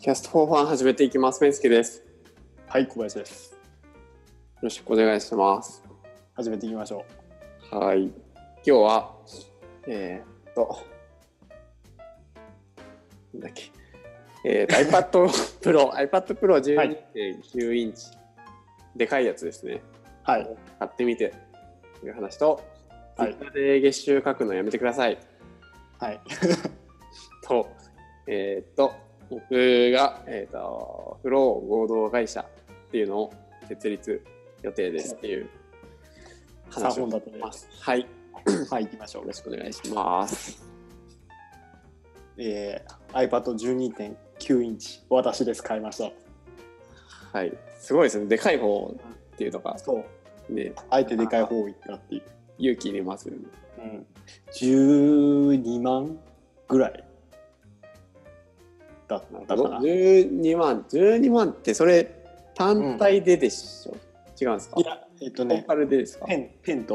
キャストフォーファン始めていきます。メンスケです。 はい、小林です。 よろしくお願いします。 始めていきましょう。はい。今日はなんだっけ、iPad Pro 12.9 インチ、でかいやつですね。 はい。 買ってみてという話と、 はい、 Twitter で月収書くのやめてください。 はい。 と、僕がフロー合同会社っていうのを設立予定ですっていう話をしています。はい。 はい、行きましょう。 よろしくお願いします。 iPad 12.9 インチ、私です。買いました。 はい。すごいですね。でかい方っていうのが。 そう。 ね。 あえてでかい方をいったっていう。 勇気入れますよね。 うん。12万ぐらいだったかな。 12万ってそれ単体ででしょ、違うんですか？ いや、トータルでですか？ ペン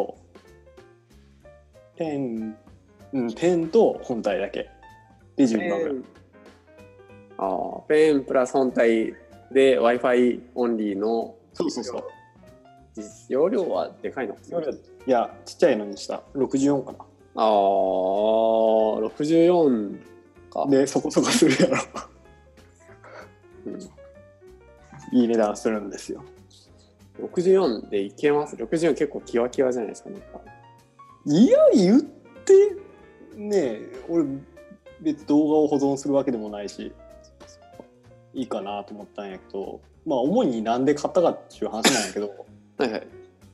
と本体だけで12万ぐらい。 ペンプラス本体で Wi-Fi オンリーの。 そうそうそう。 容量はでかいの？ いや、ちっちゃいのにした。64かな。 64か。 で、そこそこするやろ。いい値段するんですよ。 64でいけます？ 64 結構キワキワじゃないですか。 いや、言ってね、俺別に動画を保存するわけでもないし、いいかなと思ったんやけど、まあ主になんで買ったかっていう話なんやけどはいはい。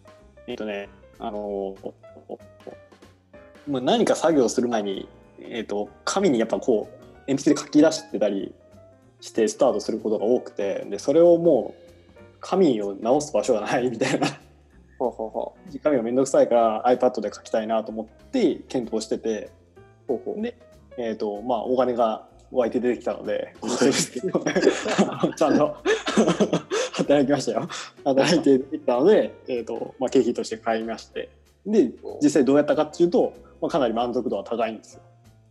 まあ、何か作業する前に、紙にやっぱこう鉛筆で書き出してたりしてスタートすることが多くて、でそれをもう紙を直す場所がないみたいな紙がめんどくさいから iPad で書きたいなと思って検討してて、で、まあお金が湧いて出てきたのでちゃんと働きましたよ。働いて出てきたので、まあ、経費として買いまして、で実際どうやったかっていうと、まあ、かなり満足度は高いんですよ。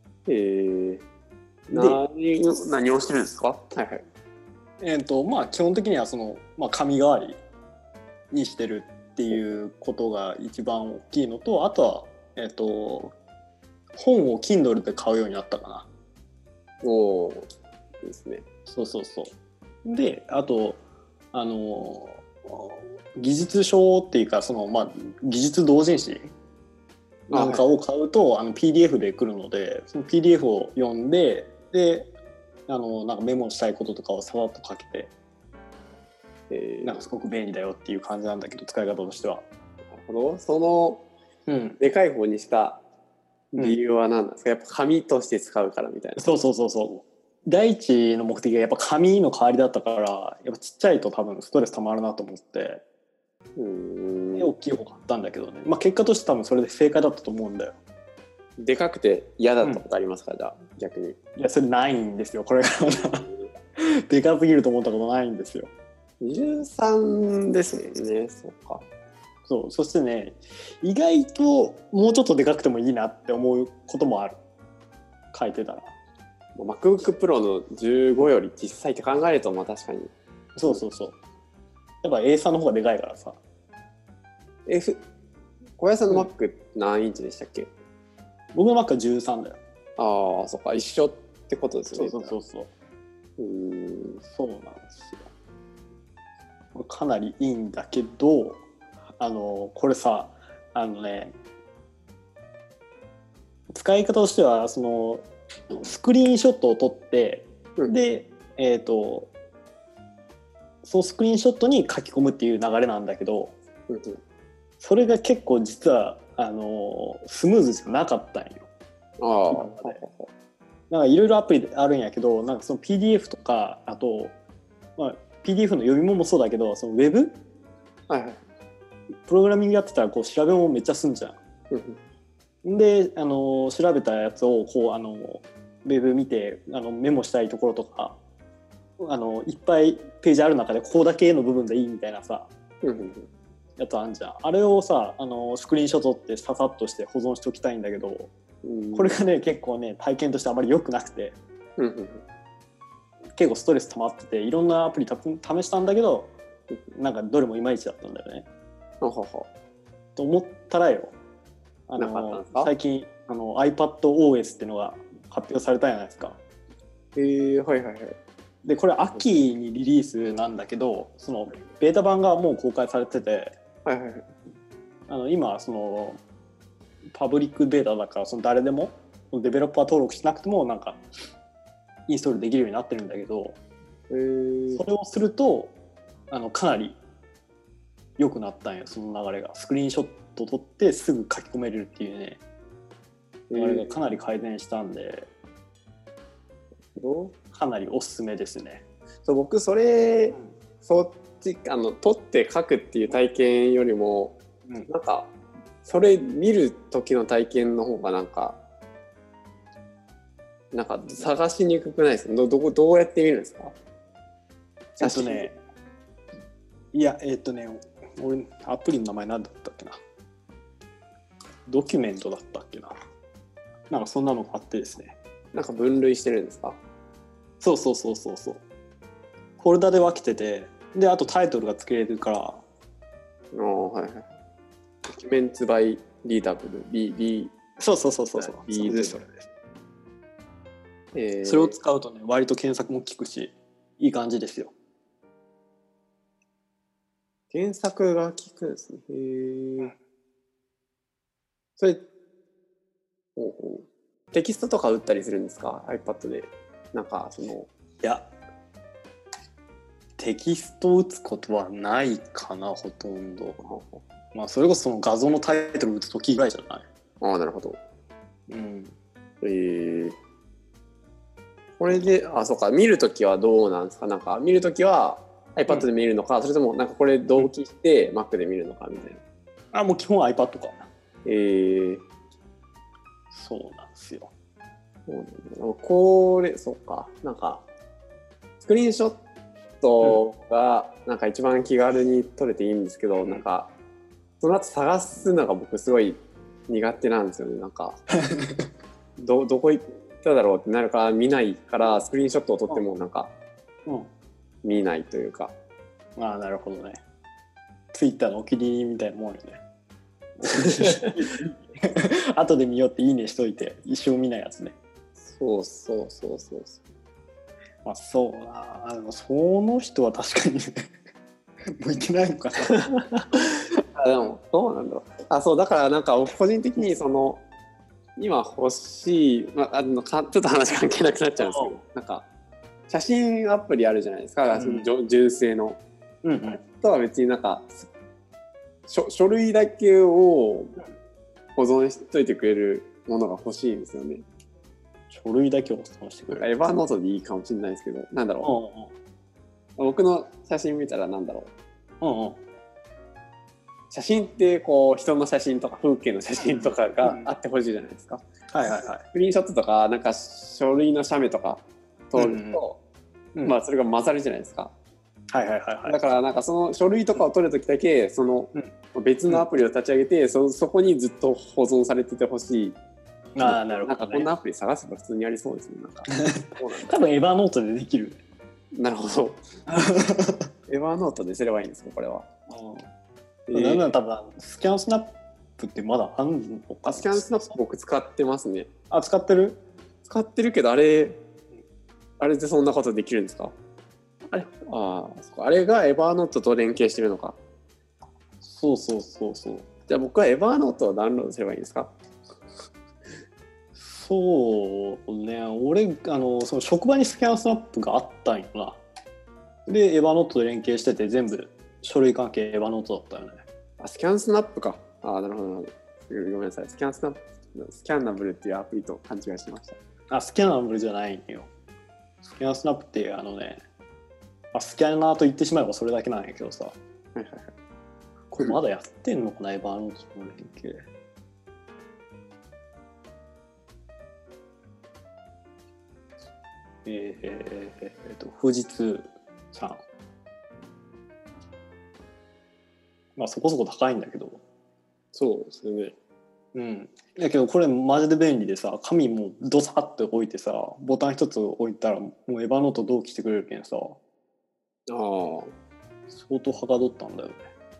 何をしてるんですか？はいはい。 まあ基本的にはまあ、紙代わりにしてるっていうことが一番大きいのと、あとは本を Kindle で買うようになったかな。 おー、いいですね。 そうそうそう。で、あと技術書っていうかまあ、技術同人誌なんかを買うとPDF で来るので、その PDF を読んで、でなんかメモしたいこととかをさらっと書けて、なんかすごく便利だよっていう感じなんだけど、使い方としては。なるほど。その、でかい方にした理由は何なんですか？やっぱ紙として使うからみたいな。 そう。第一の目的がやっぱ紙の代わりだったから、やっぱちっちゃいと多分ストレスたまるなと思って、大きい方買ったんだけどね。まあ結果として多分それで正解だったと思うんだよ。でかくて嫌だったことありますか？じゃあ逆に。 いや、それないんですよ。これがでかすぎると思ったことないんですよ。 13ですもんね。そうか。 そう。そしてね、意外ともうちょっとでかくてもいいなって思うこともある。書いてたら。 MacBook Pro の15より小さいって考えると、まあ確かに。 そう。やっぱ A3 の方がでかいからさ。 小林さんの Mac 何インチでしたっけ？ 僕の Mac は13だよ。 ああ、そっか。一緒ってことですね。 そう。そうなんですよ。かなりいいんだけど、これさ、使い方としてはスクリーンショットを撮って、でそのスクリーンショットに書き込むっていう流れなんだけど、それが結構実はスムーズじゃなかったんよ。なんかいろいろアプリあるんやけど、なんかその PDF とか、あと、まあ、PDF の読み物もそうだけど、そのウェブ、プログラミングやってたらこう調べ物めっちゃすんじゃん。で調べたやつをこうウェブ見てメモしたいところとかいっぱいページある中でここだけの部分でいいみたいなさ、やつあんじゃん。あれをさスクリーンショットってささっとして保存しておきたいんだけど、これがね結構ね体験としてあまり良くなくて、 結構ストレス溜まってていろんなアプリ試したんだけどなんかどれもいまいちだったんだよね。 ほほほと思ったらよ、最近iPadOS っていうのが発表されたじゃないですか。 はいはいはい。 でこれ秋にリリースなんだけど、そのベータ版がもう公開されてて、 はいはいはい、 今そのパブリックベータだからその誰でもデベロッパー登録しなくてもなんかインストールできるようになってるんだけど、それをするとかなり良くなったんよ。その流れがスクリーンショット撮ってすぐ書き込めれるっていうね、流れがかなり改善したんで、かなりおすすめですね。 そう、僕それ、そっち撮って書くっていう体験よりも、なんかそれ見る時の体験の方がなんか探しにくくないですか？どうやって見るんですか？ 俺アプリの名前何だったっけな、ドキュメントだったっけな、なんかそんなのがあってですね。 なんか分類してるんですか？ そうフォルダで分けてて、であとタイトルがつけれるから。 はいはい。ドキュメンツバイリーダブル B そうそれです。それを使うとね割と検索も効くしいい感じですよ。 検索が効くんですね。それテキストとか打ったりするんですか？ iPad で。なんかいやテキストを打つことはないかな、ほとんど。まあそれこそその画像のタイトル打つときぐらいじゃない？ ああ、なるほど。これでそうか、見るときはどうなんですか？なんか見るときは iPad で見るのか、それともなんかこれ同期して Mac で見るのかみたいな。 もう基本 iPad か。そうなんですよ。 これそうか、なんかスクリーンショットがなんか一番気軽に撮れていいんですけど、なんかその後探すのが僕すごい苦手なんですよね。なんかどこ行っただろうってなるから見ないから、スクリーンショットを撮ってもなんか見ないというか。 なるほどね。Twitter のお気に入りみたいなもんよね。後で見ようっていいねしといて一生見ないやつね。そう。まあそうな、その人は確かに向いてないのかな。 でもどうなんだろう。そうだからなんか個人的に今欲しい、ちょっと話関係なくなっちゃうんですけど、なんか写真アプリあるじゃないですか、純正の。とは別になんか書類だけを保存しといてくれるものが欲しいんですよね。 書類だけを保存してくれる。 エヴァノートでいいかもしれないですけど、なんだろう。僕の写真見たらなんだろう。写真ってこう人の写真とか風景の写真とかがあってほしいじゃないですか。スクリーンショットとかなんか書類の写メとか撮ると、それが混ざるじゃないですか。だからなんかその書類とかを撮るときだけその別のアプリを立ち上げて、そこにずっと保存されててほしい。 なるほどね。 なんかこんなアプリ探せば普通にありそうですね。なんか多分エヴァノートでできる。 なるほど。エヴァノートですればいいんですか、これは。 なんなら多分スキャンスナップってまだあるのか。 スキャンスナップ僕使ってますね。 使ってる？ 使ってるけどあれでそんなことできるんですか？あれがエヴァノートと連携してるのか。 そう。 じゃあ僕はエヴァノートをダウンロードすればいいんですか？ そうね、俺その職場にスキャンスナップがあったんよな。でエヴァノートで連携してて全部書類関係エヴァノートだったよね。 スキャンスナップか。なるほど。ごめんなさい。スキャンナブルっていうアプリと勘違いしました。 スキャナブルじゃないんよ。スキャンスナップってスキャナーと言ってしまえばそれだけなんやけどさ。これまだやってんのかな、エヴァノートの連携。富士通さん。そこそこ高いんだけど。 そうですよね。 うん。だけどこれマジで便利でさ、紙もドサッと置いてさ、ボタン一つ置いたらもうエヴァノート同期してくれるけんさ、相当はかどったんだよね。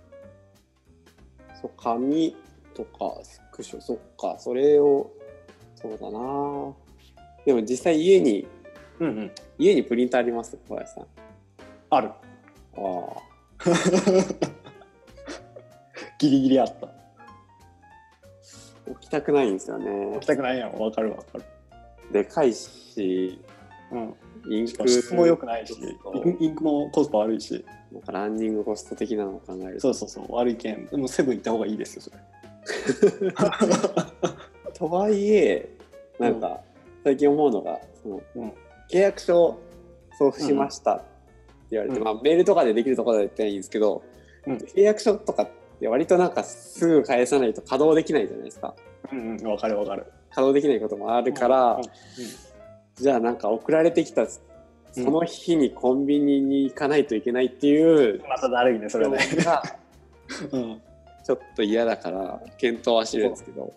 そう、紙とかスクショ、そっか、それを、そうだな。でも実際家にプリンターあります、小林さん。 ある。ギリギリあった。 置きたくないんですよね。 置きたくないやん。わかる。 でかいし、インク質も良くないし、インクもコスパ悪いし、 なんかランニングコスト的なのを考えると。そう悪いけん。でもセブン行った方がいいですよそれ。 とはいえなんか最近思うのが契約書を送付しましたって言われて、メールとかでできるところで言ってないんですけど、契約書とかって割となんかすぐ返さないと稼働できないじゃないですか。 わかる。 稼働できないこともあるから、じゃあなんか送られてきたその日にコンビニに行かないといけないっていう、 まただるいねそれね。 がちょっと嫌だから検討はしてるんですけど。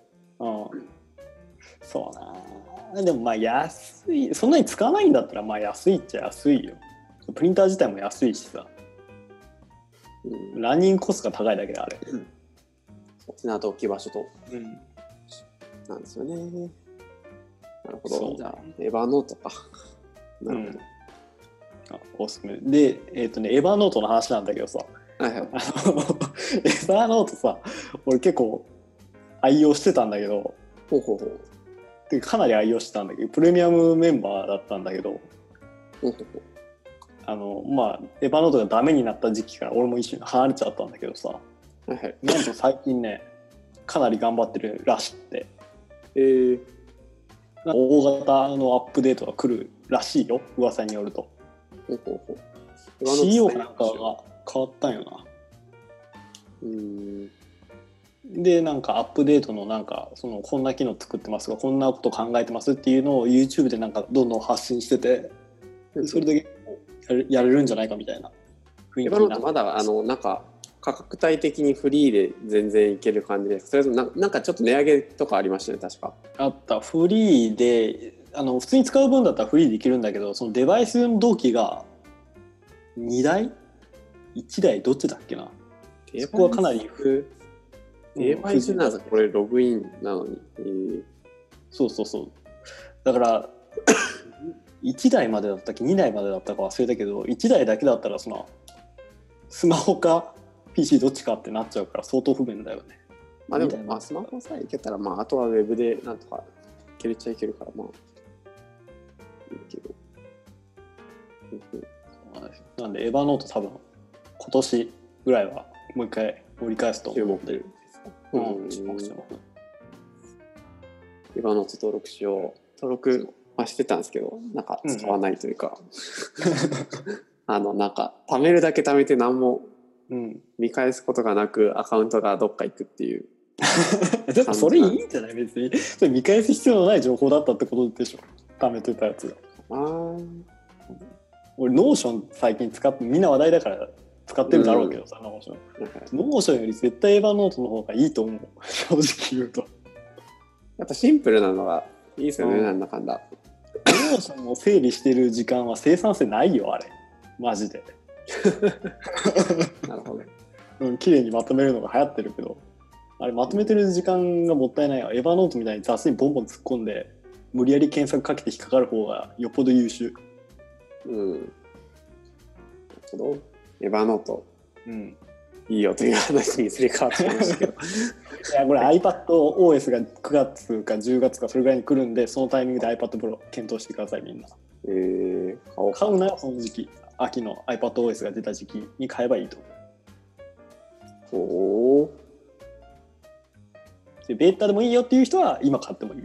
そうな。でもまあ安い、そんなに使わないんだったらまあ安いっちゃ安いよ。プリンター自体も安いしさ、ランニングコストが高いだけであれ。 あと置き場所と、なんですよね。なるほど。じゃあエヴァノートか。なるほど。 おすすめで、エヴァノートの話なんだけどさ、エヴァノートさ、俺結構愛用してたんだけど、かなり愛用してたんだけど、プレミアムメンバーだったんだけど、まあエヴァノートがダメになった時期から俺も一緒に離れちゃったんだけどさ、なんと最近ねかなり頑張ってるらしくて、大型のアップデートが来るらしいよ、噂によると。CEO かなんかが変わったんよな。でなんかアップデートのなんかこんな機能作ってますがこんなこと考えてますっていうのを YouTube でなんかどんどん発信してて、それでやれるんじゃないかみたいな雰囲気になって。 まだなんか価格帯的にフリーで全然いける感じです。それともなんかちょっと値上げとかありましたね、確か。 あった。フリーで普通に使う分だったらフリーでいけるんだけど、そのデバイスの同期が2台1台どっちだっけな。そこはかなりデバイスなんですか、これログインなのに。 そうだから1台までだったっけ2台までだったか忘れたけど、1台だけだったらスマホか PC どっちかってなっちゃうから相当不便だよね。 まあでもスマホさえいけたらあとはウェブでなんとかいけるっちゃいけるからいいけど。 なんでエヴァノート多分今年ぐらいはもう一回折り返すと思ってる。 エヴァノート登録しよう。登録はしてたんですけど、なんか使わないというか、なんか貯めるだけ貯めて何も見返すことがなくアカウントがどっか行くっていう。 でもそれいいんじゃない？別にそれ見返す必要のない情報だったってことでしょ、貯めてたやつが。俺ノーション最近使ってみんな話題だから使ってるだろうけどさ、ノーションより絶対エヴァノートの方がいいと思う、正直言うと。 やっぱシンプルなのがいいですよね、なんだかんだ。 ノーションを整理してる時間は生産性ないよ、あれマジで。 なるほど。綺麗にまとめるのが流行ってるけど、あれまとめてる時間がもったいないわ。エヴァノートみたいに雑にボンボン突っ込んで無理やり検索かけて引っかかる方がよっぽど優秀。 なるほど。エヴァノート、いいよという話にすり替わってましたけど。 いやこれ iPadOS が9月か10月かそれぐらいに来るんで、そのタイミングで iPad Pro 検討してください、みんな。買うならその時期、秋の iPadOS が出た時期に買えばいいと思う。でベータでもいいよっていう人は今買ってもいい。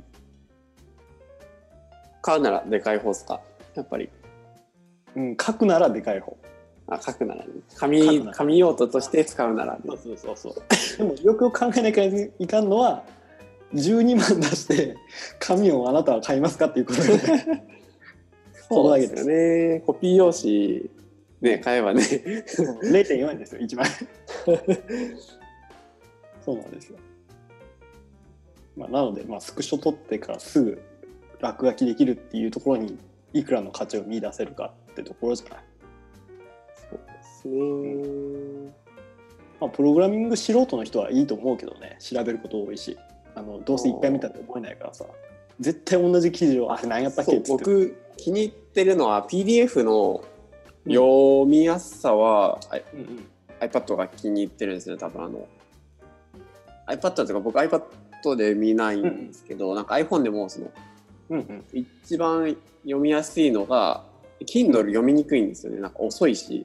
買うならでかい方ですか、やっぱり。 書くならでかい方。 書くならね、紙用途として使うなら、ね、 そうでもよくよく考えなきゃいかんのは12万出して紙をあなたは買いますかっていうことで、ね、 そうですよね。コピー用紙ね買えばね 0.4 円ですよ1枚。そうなんですよ。 なので、スクショ取ってからすぐ落書きできるっていうところにいくらの価値を見出せるかってところじゃない。 そうですね。 プログラミング素人の人はいいと思うけどね、調べること多いし、どうせ一回見たって思えないからさ、絶対同じ記事を何やったっけって。 僕気に入ってるのは PDF の読みやすさは、iPad が気に入ってるんですね。多分iPad というか僕 iPad で見ないんですけど、なんか iPhone でもその、一番読みやすいのが Kindle 読みにくいんですよね。なんか遅いし、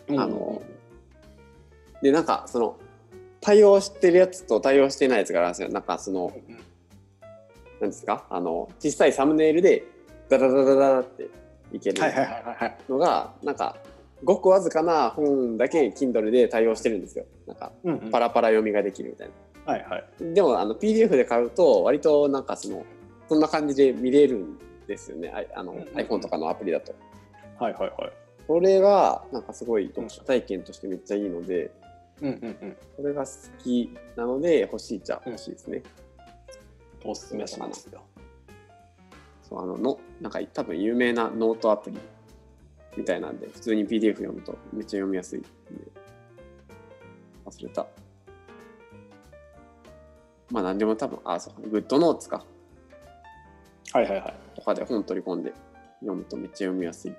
でなんかその対応してるやつと対応してないやつがあるんですよ。なんかその、なんですか、小さいサムネイルでダダダダダっていけるのがなんかごくわずかな本だけ Kindle で対応してるんですよ。なんかパラパラ読みができるみたいな。でもPDF で買うと割となんかそんな感じで見れるんですよね。iPhone とかのアプリだと。これがなんかすごい読書体験としてめっちゃいいので、これが好きなので欲しいですね。 おすすめしますよ。 なんか多分有名なノートアプリみたいなんで普通に PDF 読むとめっちゃ読みやすいんで。忘れた。何でも多分グッドノーツか。とかで本取り込んで読むとめっちゃ読みやすい。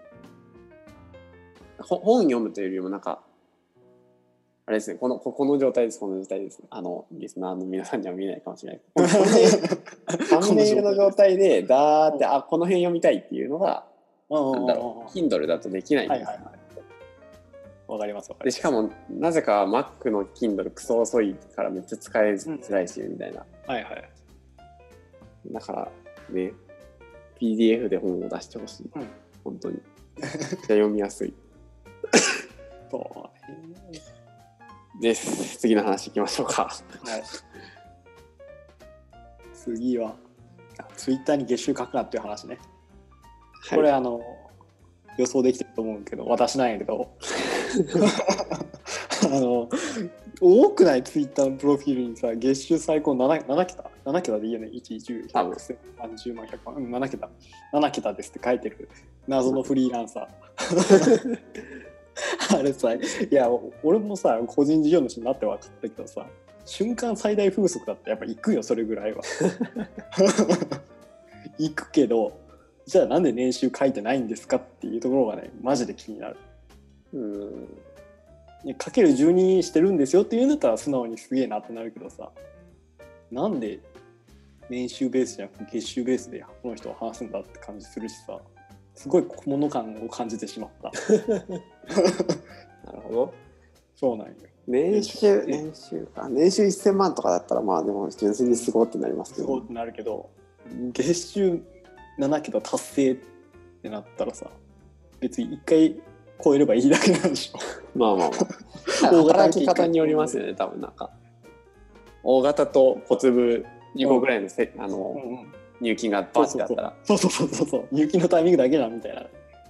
本読むというよりもなんかあれですね、この状態です。リスナーの皆さんには見えないかもしれない。サムネイルの状態でダーってこの辺読みたいっていうのがなんだろう、Kindle だとできないんです。 わかります。 でしかもなぜか Mac の Kindle クソ遅いからめっちゃ使いづらいしみたいな。だからね、PDF で本を出してほしい。本当に。めっちゃ読みやすい。です。次の話いきましょうか。 次はツイッターに月収書くなっていう話ね。これ予想できてると思うけど、私なんやけど多くないツイッターのプロフィールにさ、月収最高7桁でいいよね。1、10、100、1000万、10万、100万、7桁ですって書いてる謎のフリーランサーあれさ、いや俺もさ個人事業主になって分かったけどさ、瞬間最大風速だってやっぱ行くよ、それぐらいは行くけど、じゃあなんで年収書いてないんですかっていうところがね、マジで気になる。かける12してるんですよって言うんだったら素直にすげえなってなるけどさ、なんで年収ベースじゃなくて月収ベースでこの人は話すんだって感じするしさ、すごい小物感を感じてしまったなるほど。 そうなんよ。 年収か。年収1000万とかだったらでも純粋にすごいってなりますけど、 すごいってなるけど、月収7桁達成ってなったらさ、別に1回超えればいいだけなんでしょ働き方によりますよね、多分。なんか大型と小粒2個ぐらいの入金がバーってあったら、 そう入金のタイミングだけだみたいな。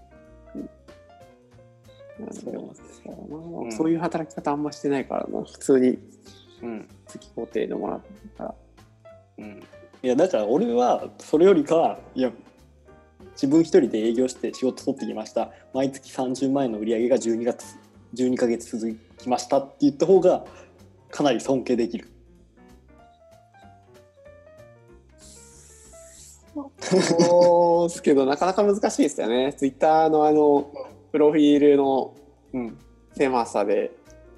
そういう働き方あんましてないからな。普通に月固定でもらったら、 いやだから俺はそれよりか、いや自分一人で営業して仕事取ってきました、毎月30万円の売り上げが12ヶ月続きましたって言った方がかなり尊敬できる。 そうですけどなかなか難しいですよね。ツイッターのプロフィールの狭さで、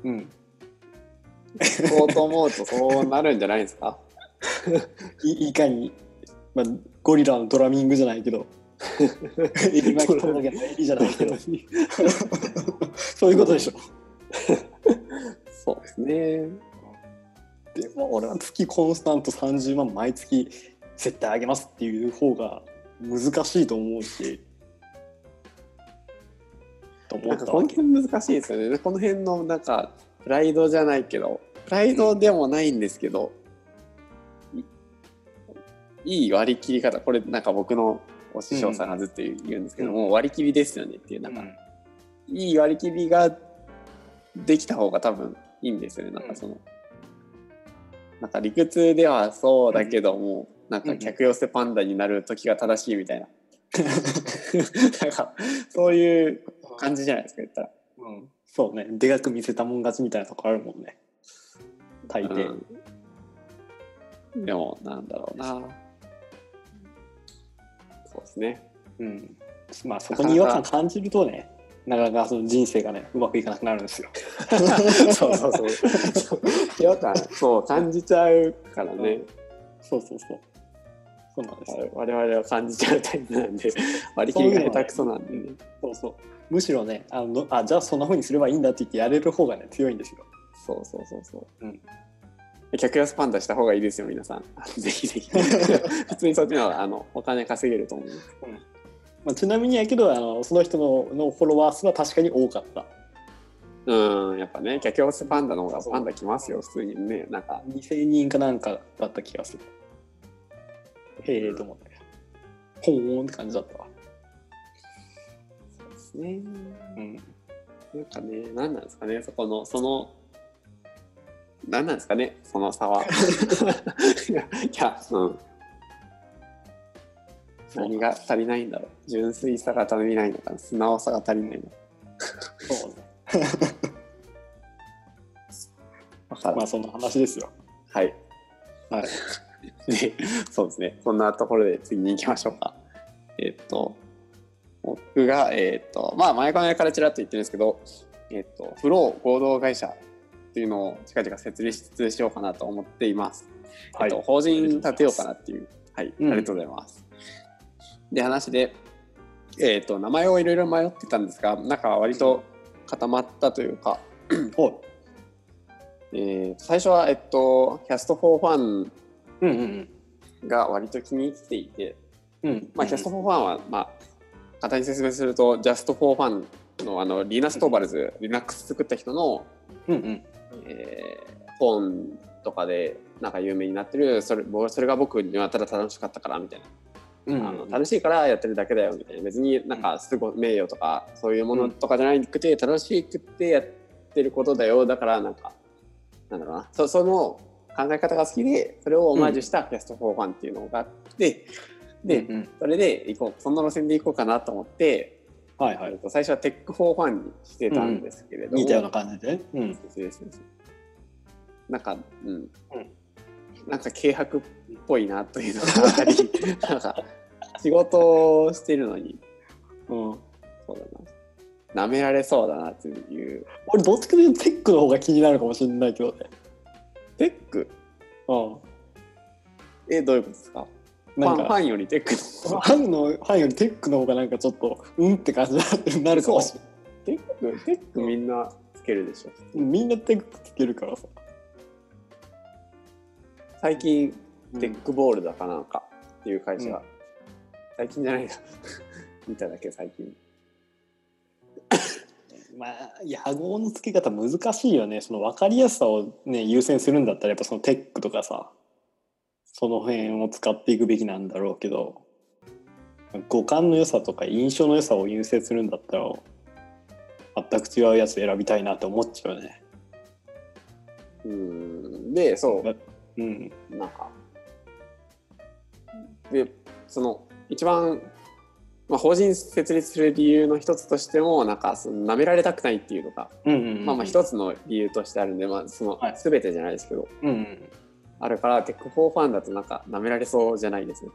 そうと思うとそうなるんじゃないですかいかに、ゴリラのドラミングじゃないけどエリじゃないけどそういうことでしょそうですね。 でも俺は月コンスタント30万毎月絶対あげますっていう方が難しいと思うし、 なんかこの辺難しいですよね。この辺のなんかプライドじゃないけど、プライドでもないんですけど、いい割り切り方、これなんか僕のお師匠さんがずっと言うんですけども、割り切りですよねっていう、なんか、いい割り切りができた方が多分いいんですよね。なんかなんか理屈ではそうだけども、なんか客寄せパンダになる時が正しいみたいな、なんかそういう感じじゃないですか言ったら。 そうね、でかく見せたもん勝ちみたいなとこあるもんね、大抵。 でもなんだろうな、そうですね。 まあそこに違和感感じるとね、なかなかその人生がねうまくいかなくなるんですよ。 そう違和感そう感じちゃうからね。 そうなんですよ。 我々は感じちゃうタイプなんで割り切りが下手くそなんでね。 むしろねじゃあそんな風にすればいいんだって言ってやれる方がね強いんですよ。 客寄せパンダした方がいいですよ皆さん。ぜひぜひ普通にそっちの方がお金稼げると思います。 ちなみにやけどその人のフォロワー数は確かに多かった。 やっぱね客寄せパンダの方がパンダ来ますよ普通にね。なんか 2000人かなんかだった気がする。へえと思って、ほーんって感じだったわ。 そうですね。なんかね、何なんですかね、何なんですかね、その差は。何が足りないんだろう。純粋さが足りないのかな、素直さが足りないのか。 そうね。まあそんな話ですよ。 はい。で、そうですね。そんなところで次に行きましょうか。僕が前からちらっと言ってるんですけど、フロー合同会社っていうのを近々設立しようかなと思っています。法人立てようかなっていう。ありがとうございます。で話で、名前をいろいろ迷ってたんですが、なんか割と固まったというか、最初はキャストフォーファンが割と気に入っていて、キャストフォーファンは簡単に説明すると、ジャストフォーファンのリーナス・トーバルズ、Linux 作った人の、フォンとかでなんか有名になってる、それが僕にはただ楽しかったからみたいな、楽しいからやってるだけだよみたいな、別になんかすごい名誉とかそういうものとかじゃなくて、楽しくてやってることだよ、だからなんかなんだろうな、その考え方が好きで、それをオマージュしたキャストフォーファンっていうのがあって、それでその路線で行こうかなと思って、最初はテックフォーファンにしてたんですけれども、 似たような感じで、 なんか軽薄っぽいなというのがありなんか仕事をしてるのに、そうだな、舐められそうだなっていう。 俺どっちかというとテックの方が気になるかもしれないけどね。 テック？どういうことですか？ファンよりテックファンよりテックの方がなんかちょっとって感じになるかもしれない。 テックみんなつけるでしょ。 みんなテックつけるからさ。 最近テックボールだかなんかっていう会社、最近じゃないな見ただけ最近。 野号の付け方難しいよね。その分かりやすさをね優先するんだったらやっぱそのテックとかさ、その辺を使っていくべきなんだろうけど、五感の良さとか印象の良さを優先するんだったら全く違うやつ選びたいなって思っちゃうね。 でなんかでその一番、法人設立する理由の一つとしてもなんか舐められたくないっていうのが一つの理由としてあるんで、その全てじゃないですけど、あるから、テックフォーファンだとなんか舐められそうじゃないですね。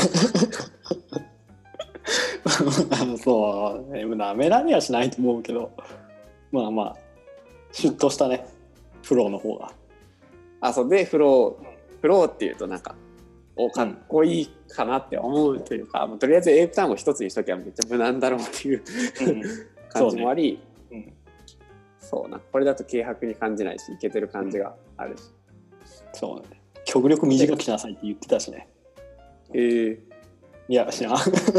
そう舐められはしないと思うけど、シュッとしたねフローの方が。 そうでフローっていうとなんかかっこいいかなって思うというか、とりあえず英単語一つにしときゃめっちゃ無難だろうっていう感じもあり、これだと軽薄に感じないし、いけてる感じがあるし。 そうね。極力短くしなさいって言ってたしね。いや知らん。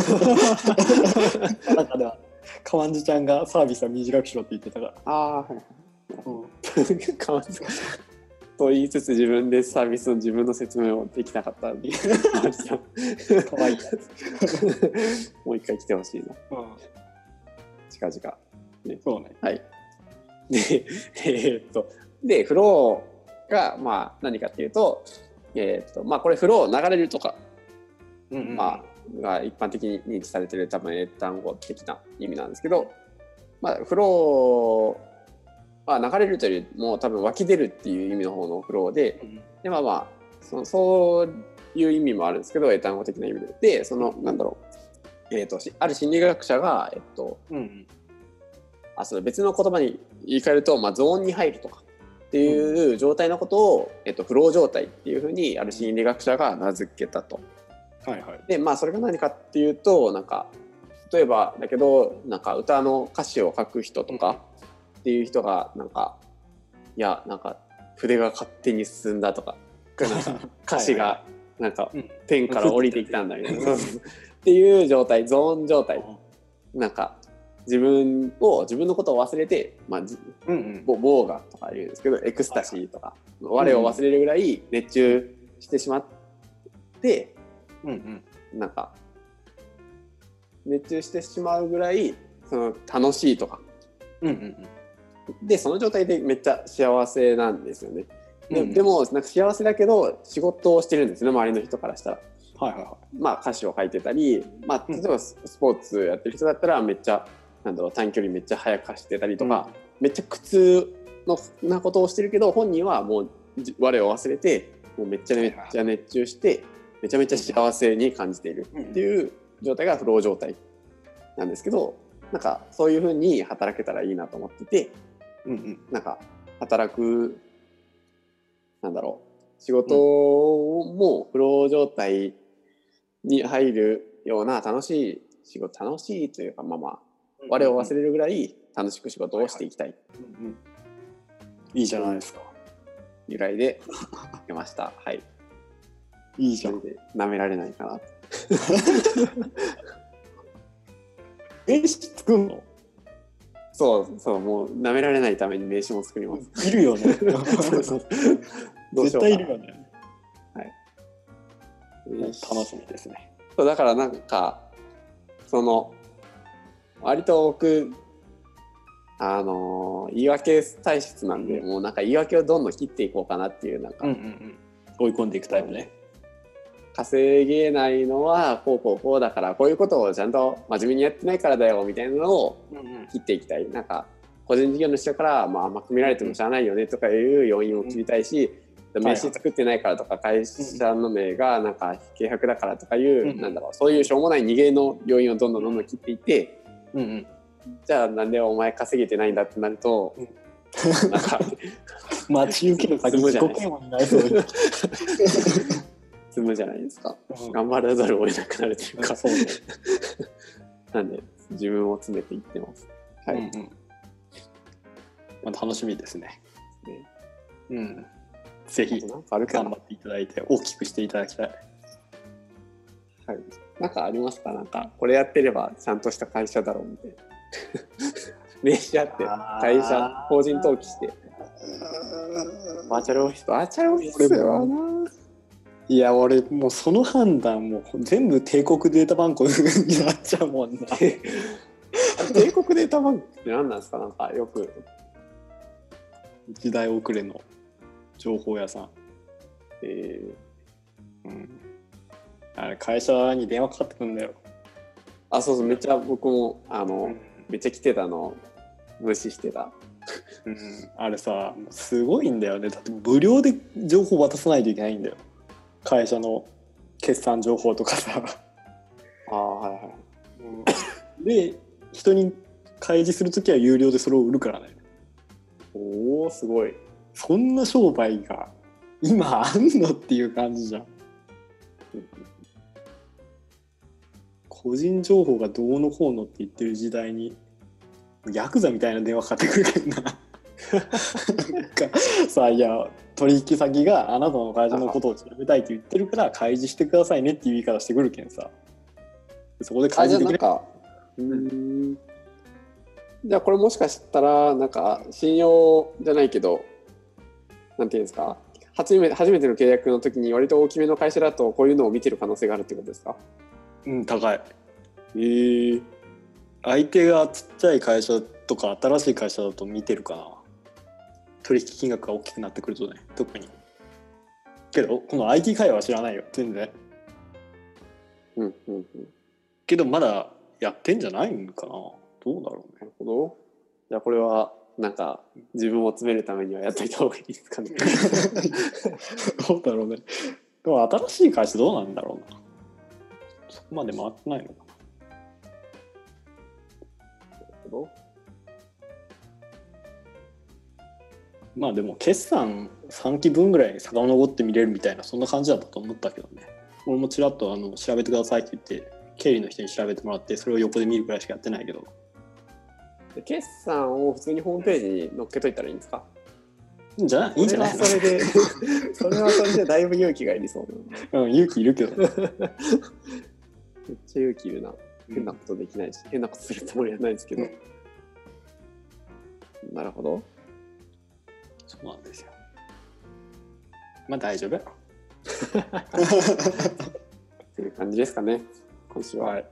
中では川んじちゃんがサービスは短くしろって言ってたから。 川んじと言いつつ自分でサービスの自分の説明をできなかったんでかわいいやつもう一回来てほしいな、近々、 そうね。 でフロが、まあ、何かっていうと、まあ、これフロー流れるとか、まあ、が一般的に認知されている多分英単語的な意味なんですけど、まあ、フローは流れるというよりも多分湧き出るっていう意味の方のフローで、でまあまあそういう意味もあるんですけど、英単語的な意味で、そのなんだろう、ある心理学者がそれ別の言葉に言い換えると、まあ、ゾーンに入るとかっていう状態のことを、フロー状態っていうふうにある心理学者が名付けたと。 はいはい、 でまあそれが何かっていうと、なんか例えばだけど、なんか歌の歌詞を書く人とかっていう人がなんか、いやなんか筆が勝手に進んだとか、なんか歌詞がなんかペンから降りてきたんだみたいなっていう状態、ゾーン状態、なんか自分のことを忘れて、まあボーガとか言うんですけど、エクスタシーとか、我を忘れるぐらい熱中してしまって、なんか熱中してしまうぐらいその楽しいとか、でその状態でめっちゃ幸せなんですよね。でもなんか幸せだけど仕事をしてるんですね、周りの人からしたら。まあ歌詞を書いてたり、まあ、例えばスポーツやってる人だったらめっちゃなんだろう、短距離めっちゃ速く走ってたりとか、めっちゃ苦痛なことをしてるけど、本人はもう我を忘れてもうめっちゃ熱中してめちゃめちゃ幸せに感じているっていう状態がフロー状態なんですけど、なんかそういう風に働けたらいいなと思ってて、なんか働くなんだろう、仕事もフロー状態に入るような楽しい仕事、楽しいというか、まあまあ我を忘れるぐらい楽しく仕事をしていきたい。 いいじゃないですか。 由来で出ました。はい。 いいじゃん。 舐められないかな。 名詞作るの？ そうもう舐められないために名詞も作ります。 いるよね。絶対いるよね。 はい。 楽しみですね。 そうだからなんかその割と僕言い訳体質なんで、もうなんか言い訳をどんどん切っていこうかなっていう、なんか、 追い込んでいくタイプね。 稼げないのはこうだから、こういうことをちゃんと真面目にやってないからだよみたいなのを切っていきたい。なんか個人事業の人から、まあ甘く見られてもしゃあないよねとかいう要因を切りたいし、名刺作ってないからとか、会社の名がなんか軽薄だからとかいう、なんだろう、そういうしょうもない逃げの要因をどんどん切っていって、じゃあなんでお前稼げてないんだってなると、なんか待ち受けの先自己嫌悪になりそうで積むじゃないですか。頑張らざるを得なくなるというか、なんで自分を詰めていってます。はい。 まあ、楽しみですね。ぜひ頑張っていただいて大きくしていただきたい。 はい。なんかありますか？なんかこれやってればちゃんとした会社だろうみたいな。名刺あって会社法人登記してバーチャルオフィスよな。 いや俺もうその判断も全部帝国データバンクになっちゃうもんな。 帝国データバンクって何なんですか？なんかよく時代遅れの情報屋さん。あれ会社に電話かかってくるんだよ。 そうめっちゃ僕もめっちゃ来てたの無視してた。 あれさすごいんだよね。だって無料で情報渡さないといけないんだよ。会社の決算情報とかさ。で人に開示するときは有料でそれを売るからね。 おおすごい。 そんな商売が今あんのっていう感じじゃん。個人情報がどうのこうのって言ってる時代にヤクザみたいな電話かかってくるけどな。さあいや取引先があなたの会社のことを調べたいって言ってるから開示してくださいねっていう言い方してくるけんさ、そこで開示できない。 じゃあこれもしかしたらなんか信用じゃないけどなんていうんですか、初めての契約の時に割と大きめの会社だとこういうのを見てる可能性があるってことですか？ 高い。相手がちっちゃい会社とか新しい会社だと見てるかな。 取引金額が大きくなってくるとね、特に。けどこの IT 界隈は知らないよ全然。けどまだやってんじゃないんかな。どうだろうね。 なるほど。じゃあこれはなんか自分を詰めるためにはやっといた方がいいですかね。 どうだろうね。でも新しい会社どうなんだろうな。そこまで回ってないのかな。 なるほど。 まあでも決算3期分ぐらい遡って見れるみたいなそんな感じだったと思ったけどね。俺もちらっと調べてくださいって言って経理の人に調べてもらってそれを横で見るくらいしかやってないけど。 で決算を普通にホームページに載っけといたらいいんですか？ じゃあいいんじゃないの？ それでそれはそれでだいぶ勇気がいりそうな。 勇気いるけどめっちゃ勇気いるな。変なことできないし、変なことするつもりはないですけど、なるほど。 そうなんですよ。まあ大丈夫っていう感じですかね今週は。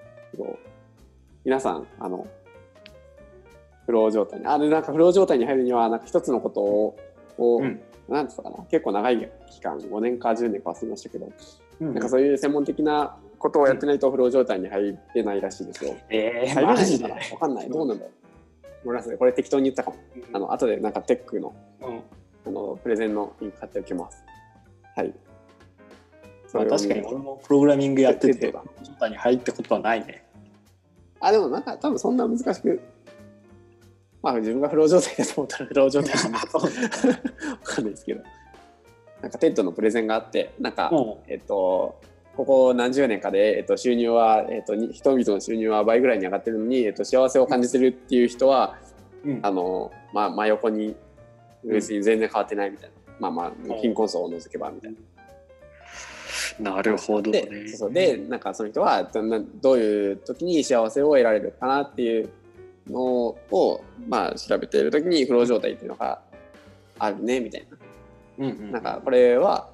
皆さんフロー状態になんかフロー状態に入るにはなんか一つのことを、なんですかな、結構長い期間5年か10年か忘れましたけど、なんかそういう専門的なことをやってないとフロー状態に入れないらしいですよ。入れないのかな、分かんない。どうなんだろう。ごめんなさい、これ適当に言ったかも。後でなんかテックの、プレゼンのリンク貼っておきます。はい。 まあ、確かに俺もプログラミングやってて状態に入ったことはないね。 でもなんか多分そんな難しく、まあ自分がフロー状態だと思ったらフロー状態かなと分かんないですけど、なんかテッドのプレゼンがあって、なんかここ何十年かで収入は人々の収入は倍ぐらいに上がってるのに幸せを感じてるっていう人は真横に別に全然変わってないみたいな、まあ貧困層を除けばみたいな。 なるほどね。 でなんかその人はどういう時に幸せを得られるかなっていうのを調べている時にフロー状態っていうのがあるねみたいな。なんかこれは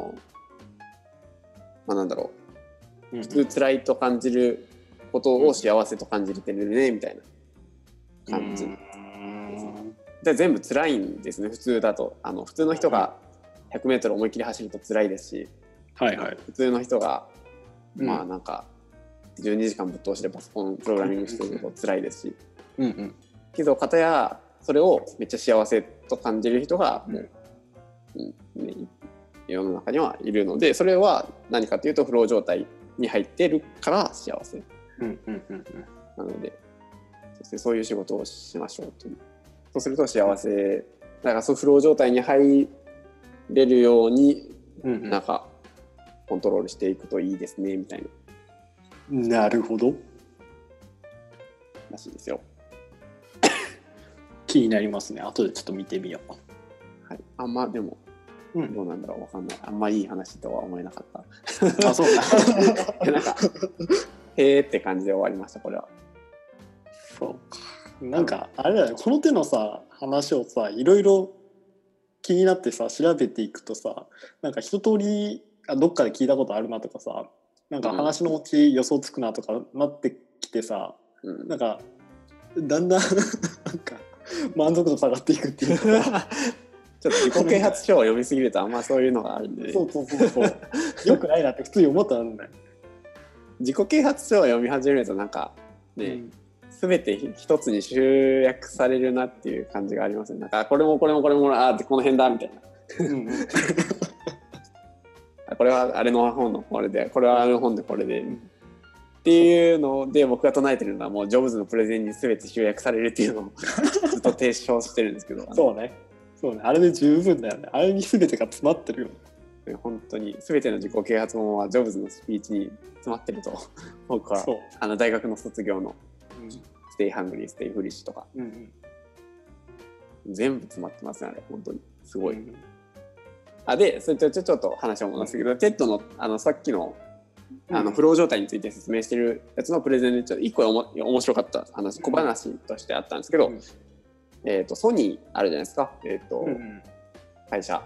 なんだろう、普通辛いと感じることを幸せと感じてるねみたいな感じ。で全部辛いんですね普通だと。普通の人が 100m 思いっきり走ると辛いですし、普通の人がなんか12時間ぶっ通しでパソコンプログラミングしてると辛いですし、けど片やそれをめっちゃ幸せと感じる人がもう、世の中にはいるので、それは何かというとフロー状態に入ってるから幸せなので、そういう仕事をしましょうという。そうすると幸せだから、そうフロー状態に入れるようになんかコントロールしていくといいですねみたいな。なるほどらしいですよ。 気になりますね。後でちょっと見てみよう。 はい。でもどうなんだろう、わかんない。あんまいい話とは思えなかった。 そうだ。 なんかへーって感じで終わりましたこれは。 そうか。なんかあれだね、この手のさ話をさいろいろ気になってさ調べていくとさ、なんか一通りどっかで聞いたことあるなとかさ、なんか話の持ち予想つくなとかなってきてさ、なんかだんだんなんか満足度下がっていくっていうかちょっと自己啓発書を読みすぎるとあんまそういうのがあるんで、ね、 そうよくないなって普通に思ったんだよ。 自己啓発書を読み始めるとなんかね、全て一つに集約されるなっていう感じがありますね。なんかこれもこれもこれもでこの辺だみたいなこれはあれの本のこれで、これはあれの本でこれで、っていうので僕が唱えてるのはもうジョブズのプレゼンに全て集約されるっていうのをずっと提唱してるんですけどそうねあれで十分だよね。あれに全てが詰まってるよね。 本当に全ての自己啓発本はジョブズのスピーチに詰まってると僕は大学の卒業のステイハングリーステイフリッシュとか、全部詰まってますねあれ本当にすごい。でそれとちょっと話を戻すけど、テッドのさっきのフロー状態について説明してるやつのプレゼンでちょっと1個面白かった話、小話としてあったんですけど、ソニーあるじゃないですか、会社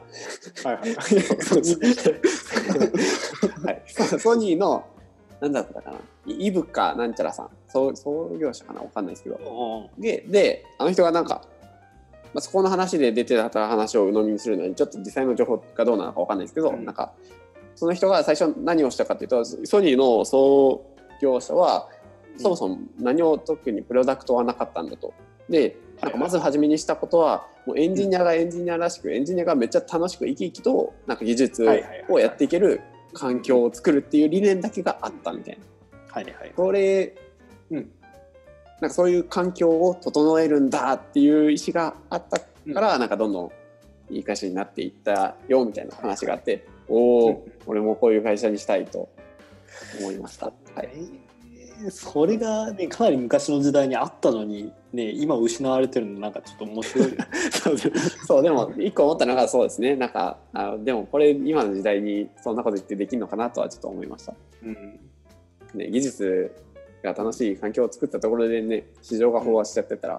ソニーの何だったかな、イブかなんちゃらさん、創業者かな、わかんないですけど、であの人がなんかまあ、そこの話で出てた話を鵜呑みにするのにちょっと実際の情報がどうなのか分かんないですけど、なんかその人が最初何をしたかっていうと、ソニーの創業者はそもそも何を特にプロダクトはなかったんだと。でなんかまず初めにしたことはもうエンジニアがエンジニアらしく、エンジニアがめっちゃ楽しく生き生きとなんか技術をやっていける環境を作るっていう理念だけがあったみたいな。 はいはい、 それ、なんかそういう環境を整えるんだっていう意思があったから、なんかどんどんいい会社になっていったよみたいな話があって、俺もこういう会社にしたいと思いました。はい、 それがねかなり昔の時代にあったのにね、今失われてるのなんかちょっと面白いそうでも一個思ったのがそうですね、なんかでもこれ今の時代にそんなこと言ってできるのかなとはちょっと思いました。ね、技術が楽しい環境を作ったところでね、市場が飽和しちゃってたら、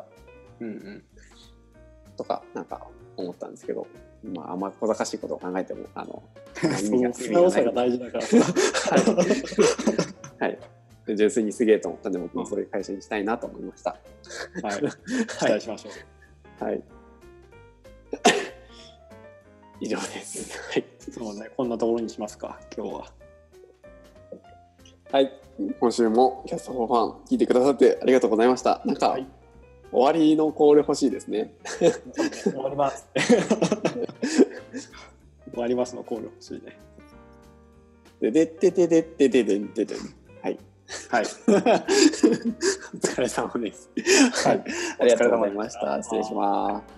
とかなんか思ったんですけど、まああんま小賢しいことを考えても素直さが大事だからはい、純粋にすげえと思ったんで、僕もそういう会社にしたいなと思いました。 はい、期待しましょう。はい。以上です。はい。 そうね、こんなところにしますか、今日は。 はい、今週もキャストフォーファン聞いてくださってありがとうございました。なんか、終わりのコール欲しいですね。 終わります。終わりますのコール欲しいね。 でででででででででで。はい。 はい。 お疲れ様です。 はい。 ありがとうございました。失礼します。